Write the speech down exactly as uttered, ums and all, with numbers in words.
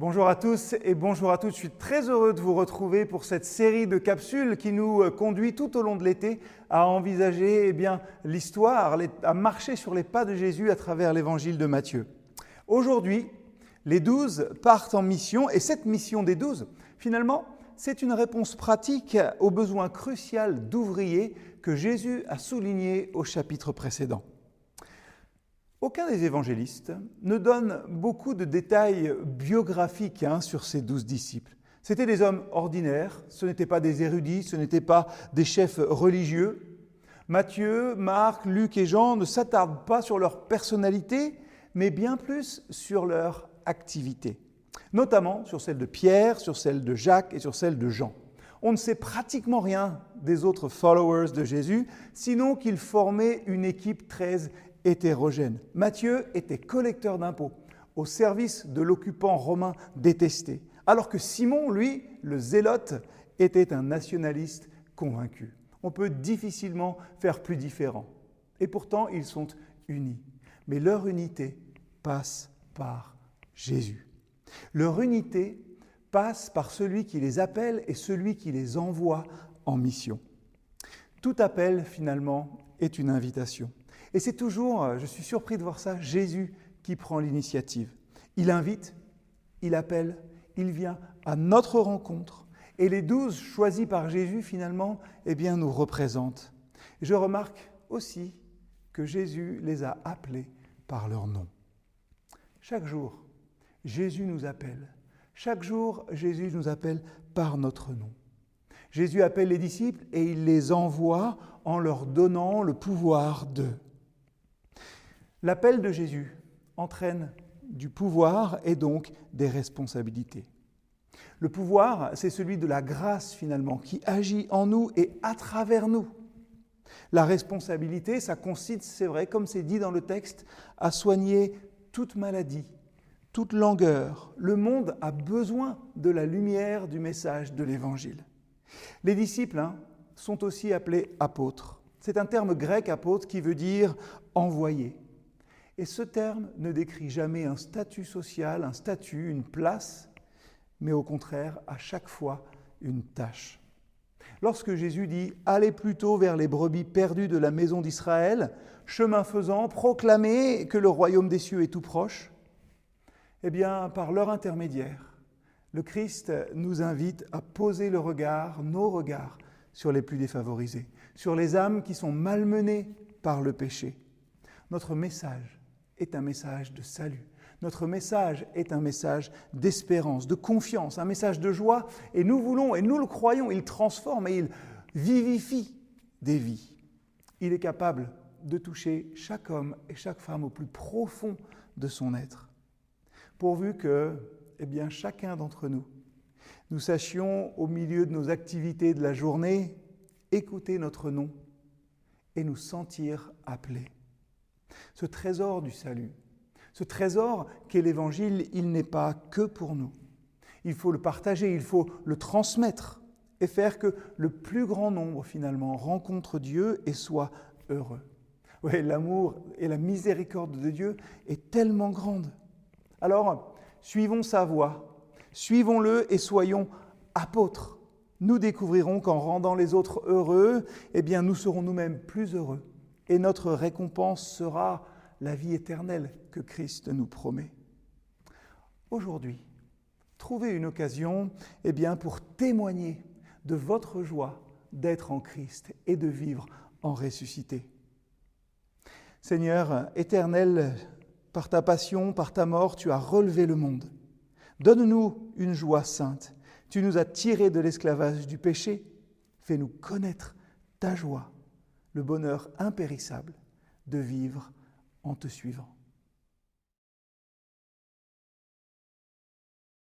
Bonjour à tous et bonjour à toutes. Je suis très heureux de vous retrouver pour cette série de capsules qui nous conduit tout au long de l'été à envisager eh bien, l'histoire, à marcher sur les pas de Jésus à travers l'évangile de Matthieu. Aujourd'hui, les douze partent en mission et cette mission des douze, finalement, c'est une réponse pratique au besoin crucial d'ouvriers que Jésus a souligné au chapitre précédent. Aucun des évangélistes ne donne beaucoup de détails biographiques hein, sur ces douze disciples. C'étaient des hommes ordinaires, ce n'étaient pas des érudits, ce n'étaient pas des chefs religieux. Matthieu, Marc, Luc et Jean ne s'attardent pas sur leur personnalité, mais bien plus sur leur activité, notamment sur celle de Pierre, sur celle de Jacques et sur celle de Jean. On ne sait pratiquement rien des autres followers de Jésus, sinon qu'ils formaient une équipe très hétérogène. Matthieu était collecteur d'impôts au service de l'occupant romain détesté, alors que Simon, lui, le zélote, était un nationaliste convaincu. On peut difficilement faire plus différent. Et pourtant, ils sont unis. Mais leur unité passe par Jésus. Leur unité passe par celui qui les appelle et celui qui les envoie en mission. Tout appel, finalement, est une invitation. Et c'est toujours, je suis surpris de voir ça, Jésus qui prend l'initiative. Il invite, il appelle, il vient à notre rencontre. Et les douze choisis par Jésus, finalement, eh bien, nous représentent. Je remarque aussi que Jésus les a appelés par leur nom. Chaque jour, Jésus nous appelle. Chaque jour, Jésus nous appelle par notre nom. Jésus appelle les disciples et il les envoie en leur donnant le pouvoir d'eux. L'appel de Jésus entraîne du pouvoir et donc des responsabilités. Le pouvoir, c'est celui de la grâce finalement, qui agit en nous et à travers nous. La responsabilité, ça consiste, c'est vrai, comme c'est dit dans le texte, à soigner toute maladie, toute langueur. Le monde a besoin de la lumière du message de l'Évangile. Les disciples hein, sont aussi appelés apôtres. C'est un terme grec, apôtre, qui veut dire « envoyé ». Et ce terme ne décrit jamais un statut social, un statut, une place, mais au contraire, à chaque fois, une tâche. Lorsque Jésus dit « Allez plutôt vers les brebis perdues de la maison d'Israël, chemin faisant, proclamez que le royaume des cieux est tout proche », eh bien, par leur intermédiaire, le Christ nous invite à poser le regard, nos regards, sur les plus défavorisés, sur les âmes qui sont malmenées par le péché. Notre message est un message de salut. Notre message est un message d'espérance, de confiance, un message de joie. Et nous voulons, et nous le croyons, il transforme et il vivifie des vies. Il est capable de toucher chaque homme et chaque femme au plus profond de son être. Pourvu que, eh bien, chacun d'entre nous, nous sachions, au milieu de nos activités de la journée, écouter notre nom et nous sentir appelés. Ce trésor du salut, ce trésor qu'est l'Évangile, il n'est pas que pour nous. Il faut le partager, il faut le transmettre et faire que le plus grand nombre, finalement, rencontre Dieu et soit heureux. Oui, l'amour et la miséricorde de Dieu est tellement grande. Alors, suivons sa voie, suivons-le et soyons apôtres. Nous découvrirons qu'en rendant les autres heureux, eh bien, nous serons nous-mêmes plus heureux. Et notre récompense sera la vie éternelle que Christ nous promet. Aujourd'hui, trouvez une occasion eh bien, pour témoigner de votre joie d'être en Christ et de vivre en ressuscité. Seigneur éternel, par ta passion, par ta mort, tu as relevé le monde. Donne-nous une joie sainte. Tu nous as tirés de l'esclavage du péché. Fais-nous connaître ta joie, le bonheur impérissable de vivre en te suivant.